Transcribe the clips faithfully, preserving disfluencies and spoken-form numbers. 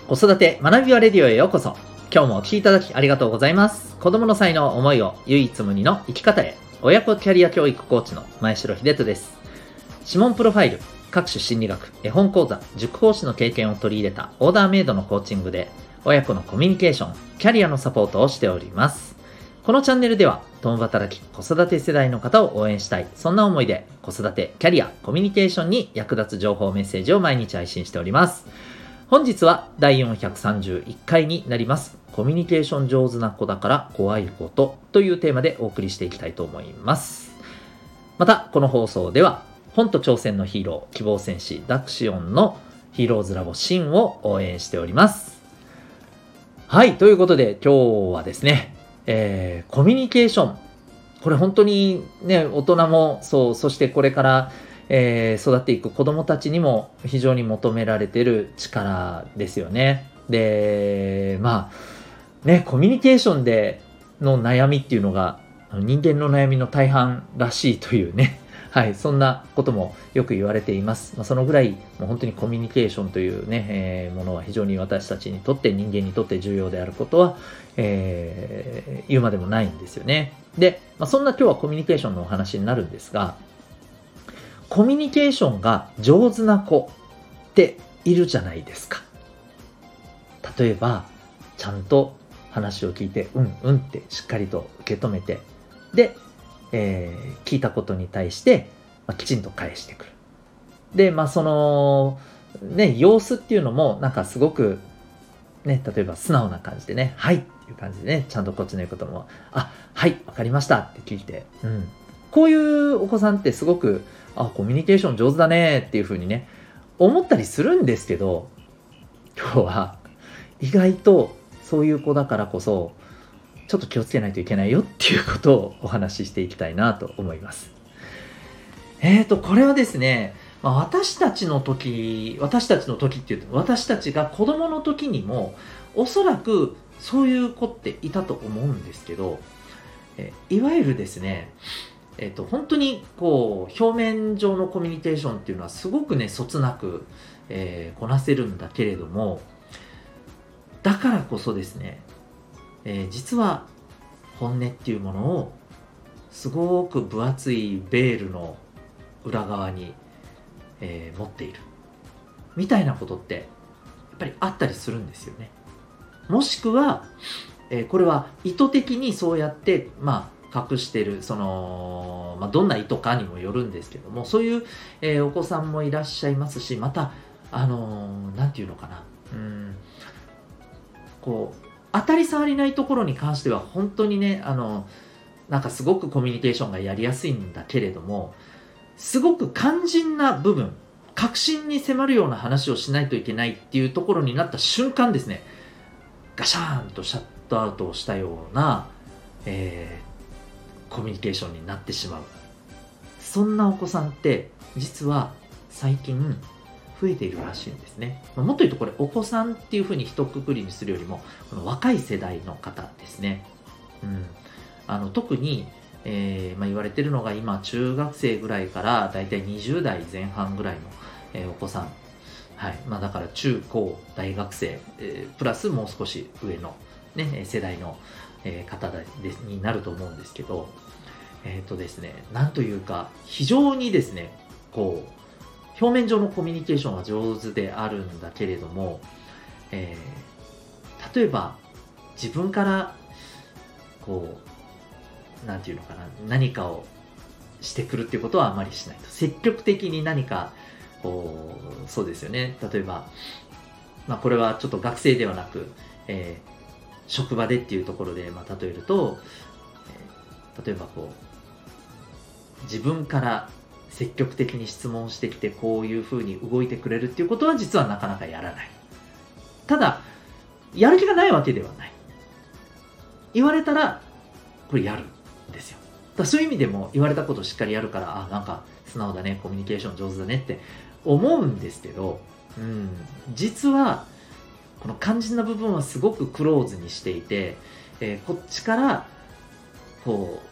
子育て学びはレディオへようこそ。今日もお聞きいただきありがとうございます。子供の才能、思いを唯一無二の生き方へ。親子キャリア教育コーチの前城秀人です。指紋プロファイル、各種心理学、絵本講座、塾講師の経験を取り入れたオーダーメイドのコーチングで親子のコミュニケーション、キャリアのサポートをしております。このチャンネルでは共働き子育て世代の方を応援したい、そんな思いで子育て、キャリア、コミュニケーションに役立つ情報メッセージを毎日配信しております。本日はだいよんひゃくさんじゅういっかいになります。コミュニケーション上手な子だから怖いことというテーマでお送りしていきたいと思います。またこの放送では本と挑戦のヒーロー、希望戦士ダクシオンのヒーローズラボシンを応援しております。はい、ということで今日はですね、えー、コミュニケーション、これ本当にね、大人もそう、そしてこれからえー、育っていく子どもたちにも非常に求められている力ですよね。で、まあね、コミュニケーションでの悩みっていうのが人間の悩みの大半らしいというね、はい、そんなこともよく言われています。まあ、そのぐらいもう本当にコミュニケーションというね、えー、ものは非常に私たちにとって、人間にとって重要であることは、えー、言うまでもないんですよね。で、まあ、そんな今日はコミュニケーションのお話になるんですが、コミュニケーションが上手な子っているじゃないですか。例えば、ちゃんと話を聞いて、うんうんってしっかりと受け止めて、で、えー、聞いたことに対して、まあ、きちんと返してくる。で、まあその、ね、様子っていうのもなんかすごく、ね、例えば素直な感じでね、はいっていう感じでね、ちゃんとこっちの言うことも、あ、はい、わかりましたって聞いて、うん。こういうお子さんってすごく、あ、コミュニケーション上手だねっていう風にね、思ったりするんですけど、今日は意外とそういう子だからこそ、ちょっと気をつけないといけないよっていうことをお話ししていきたいなと思います。えーと、これはですね、まあ、私たちの時、私たちの時っていうと、私たちが子供の時にも、おそらくそういう子っていたと思うんですけど、えいわゆるですね、えっと、本当にこう表面上のコミュニケーションっていうのはすごくね、そつなく、えーこなせるんだけれども、だからこそですね、えー実は本音っていうものをすごく分厚いベールの裏側に、えー持っているみたいなことってやっぱりあったりするんですよね。もしくは、えーこれは意図的にそうやってまあ隠してる、その、まあ、どんな意図かにもよるんですけども、そういう、えーお子さんもいらっしゃいますし、また、あのーなんていうのかな、うーん、こう、当たり障りないところに関しては、本当にね、あの、なんかすごくコミュニケーションがやりやすいんだけれども、すごく肝心な部分、確信に迫るような話をしないといけないっていうところになった瞬間ですね、ガシャーンとシャットアウトをしたような、えーコミュニケーションになってしまう。そんなお子さんって実は最近増えているらしいんですね。もっと言うとこれお子さんっていうふうに一括りにするよりも、この若い世代の方ですね。うん、あの特に、えーまあ、言われているのが今中学生ぐらいからだいたいにじゅうだいぜん半ぐらいの、えーお子さん、はいまあ、だから中高大学生、えープラスもう少し上の、ね、世代の、えー方でになると思うんですけど、えっとですね、なんというか、非常にですね、こう、表面上のコミュニケーションは上手であるんだけれども、えー例えば、自分から、こう、なんていうのかな、何かをしてくるっていうことはあまりしないと。積極的に何か、こう、そうですよね。例えば、まあ、これはちょっと学生ではなく、えー職場でっていうところで、まあ、例えると、えー例えばこう、自分から積極的に質問してきてこういう風に動いてくれるっていうことは実はなかなかやらない。ただやる気がないわけではない。言われたらこれやるんですよ。だからそういう意味でも言われたことをしっかりやるから、あ、なんか素直だね、コミュニケーション上手だねって思うんですけど、うん、実はこの肝心な部分はすごくクローズにしていて、えーこっちからこ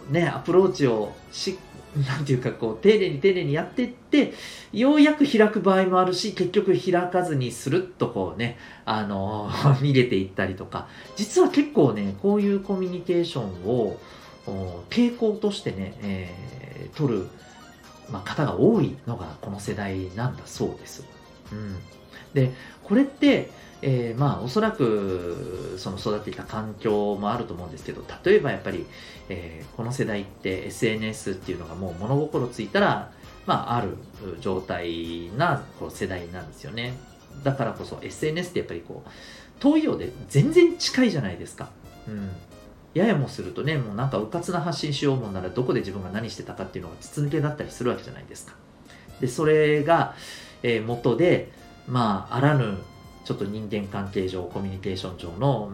ね、アプローチをし、なんていうかこう、丁寧に丁寧にやっていって、ようやく開く場合もあるし、結局開かずにスルッとこうね、あの、見れていったりとか、実は結構ね、こういうコミュニケーションを、お傾向としてね、えー取る、まあ、方が多いのがこの世代なんだそうです。うん。で、これって、えーまあ、おそらく、その育っていた環境もあると思うんですけど、例えばやっぱり、えーこの世代って エスエヌエス っていうのがもう物心ついたら、まあ、ある状態なこう世代なんですよね。だからこそ エスエヌエス ってやっぱりこう、遠いようで全然近いじゃないですか。うん。ややもするとね、もうなんか迂闊な発信しようもんならどこで自分が何してたかっていうのが筒抜けだったりするわけじゃないですか。で、それが、えー元で、まあ、あらぬ、ちょっと人間関係上、コミュニケーション上の、うん、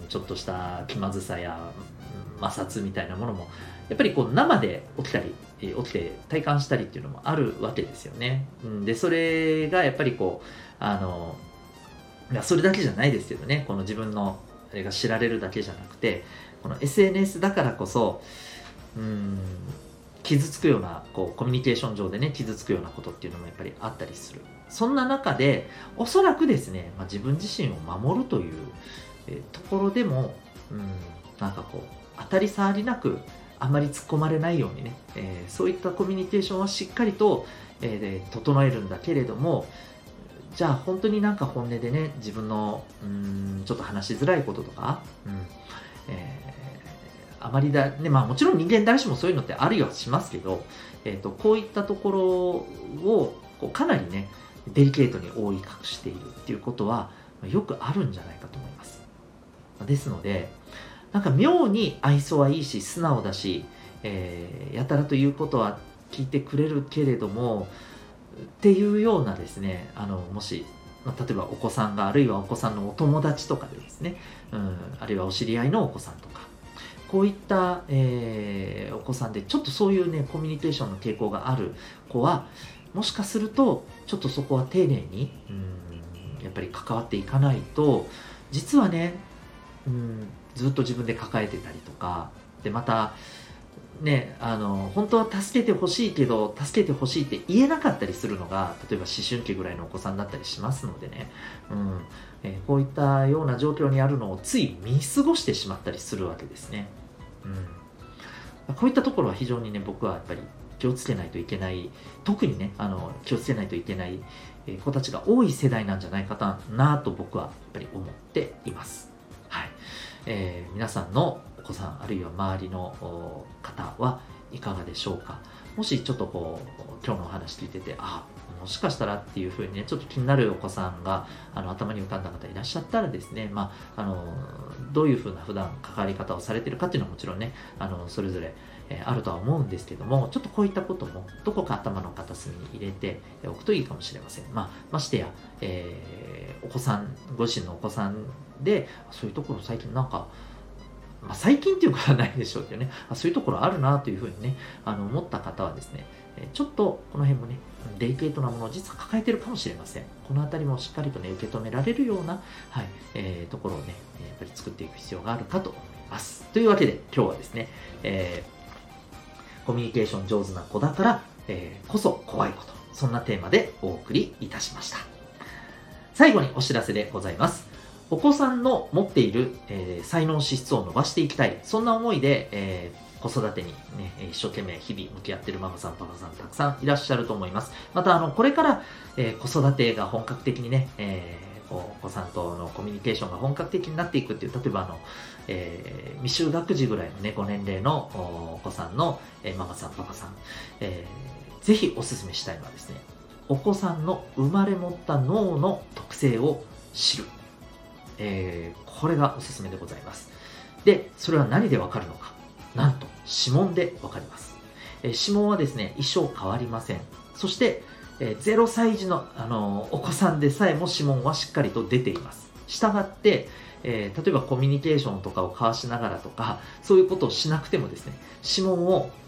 ちょっとした気まずさや、うん摩擦みたいなものも、やっぱりこう生で起きたり、えー起きて体感したりっていうのもあるわけですよね。うん、で、それがやっぱりこう、あの、いやそれだけじゃないですけどね、この自分のあれが知られるだけじゃなくて、この エスエヌエス だからこそ、うーん、傷つくような、こう、コミュニケーション上でね、傷つくようなことっていうのもやっぱりあったりする。そんな中で、おそらくですね、まあ、自分自身を守るという、えーところでも、うん、なんかこう、当たり障りなく、あまり突っ込まれないようにね、えーそういったコミュニケーションはしっかりと、えーで整えるんだけれども、じゃあ本当になんか本音でね、自分の、うーん、ちょっと話しづらいこととか、うん、えーあまりだ、ね、まあもちろん人間誰しもそういうのってあるよはしますけど、えっと、こういったところを、こうかなりね、デリケートに覆い隠しているっていうことは、まあよくあるんじゃないかと思います。ですので、なんか妙に愛想はいいし、素直だし、えーやたらということは聞いてくれるけれども、っていうようなですね、あの、もし、まあ例えばお子さんが、あるいはお子さんのお友達とかでですね、うん、あるいはお知り合いのお子さんとか、こういった、えーお子さんで、ちょっとそういうね、コミュニケーションの傾向がある子は、もしかすると、ちょっとそこは丁寧に、うん、やっぱり関わっていかないと、実はね、うん、ずっと自分で抱えてたりとか、で、また、ね、あの、本当は助けてほしいけど、助けてほしいって言えなかったりするのが、例えば思春期ぐらいのお子さんだったりしますのでね、うんえーこういったような状況にあるのをつい見過ごしてしまったりするわけですね。うん、こういったところは非常にね、僕はやっぱり気をつけないといけない、特にね、あの気をつけないといけないえー子たちが多い世代なんじゃないかなと僕はやっぱり思っています。はいえー皆さんのお子さん、あるいは周りのお方はいかがでしょうか。もしちょっとこう、今日のお話聞いてて、あ、もしかしたらっていうふうにね、ちょっと気になるお子さんがあの頭に浮かんだ方いらっしゃったらですね、まあ、あのどういうふうな普段関わり方をされてるかっていうのはもちろんね、あのそれぞれ、えーあるとは思うんですけども、ちょっとこういったこともどこか頭の片隅に入れておくといいかもしれません。まあ、ましてや、えーお子さん、ご自身のお子さんで、そういうところ最近なんか、まあ、最近っていうことはないでしょうけどね、あそういうところあるなというふうにね、あの思った方はですね、えーちょっとこの辺もね、デリケートなものを実は抱えているかもしれません。このあたりもしっかりとね、受け止められるような、はいえーところをね、やっぱり作っていく必要があるかと思います。というわけで、今日はですね、えーコミュニケーション上手な子だから、えーこそ怖いこと、そんなテーマでお送りいたしました。最後にお知らせでございます。お子さんの持っている、えー才能資質を伸ばしていきたい。そんな思いで、えー子育てにね、一生懸命日々向き合っているママさん、パパさん、たくさんいらっしゃると思います。また、あの、これから、えー子育てが本格的にね、えーこうお子さんとのコミュニケーションが本格的になっていくっていう、例えばあの、えー未就学児ぐらいのね、ご年齢のおお子さんの、えーママさん、パパさん、えーぜひお勧めしたいのはですね、お子さんの生まれ持った脳の特性を知る。えーこれがおすすめでございます。で、それは何でわかるのか。なんと、指紋でわかります。えー指紋はですね、一生変わりません。そして、えーゼロさい児の、あのーお子さんでさえも指紋はしっかりと出ています。したがって、えー例えばコミュニケーションとかを交わしながらとか、そういうことをしなくてもですね、指紋を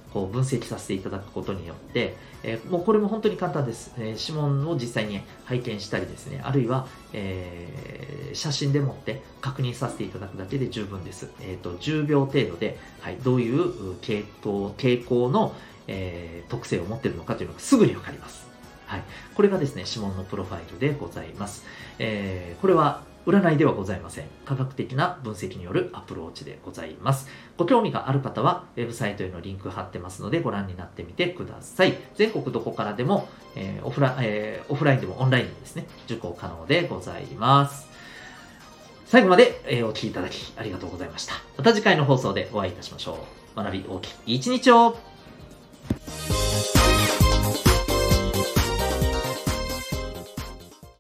こう分析させていただくことによって、えー、もうこれも本当に簡単です。えー、指紋を実際に拝見したりですね、あるいは、えー、写真でもって確認させていただくだけで十分です。えっと、じゅうびょう程度で、はい、どういう系統、傾向の、えー、特性を持っているのかというのがすぐにわかります。はい。これがですね、指紋のプロファイルでございます。えー、これは占いではございません。科学的な分析によるアプローチでございます。ご興味がある方は、ウェブサイトへのリンク貼ってますので、ご覧になってみてください。全国どこからでも、えーオフラえー、オフラインでもオンラインでもですね、受講可能でございます。最後まで、えーお聞きいただきありがとうございました。また次回の放送でお会いいたしましょう。学び大きい一日を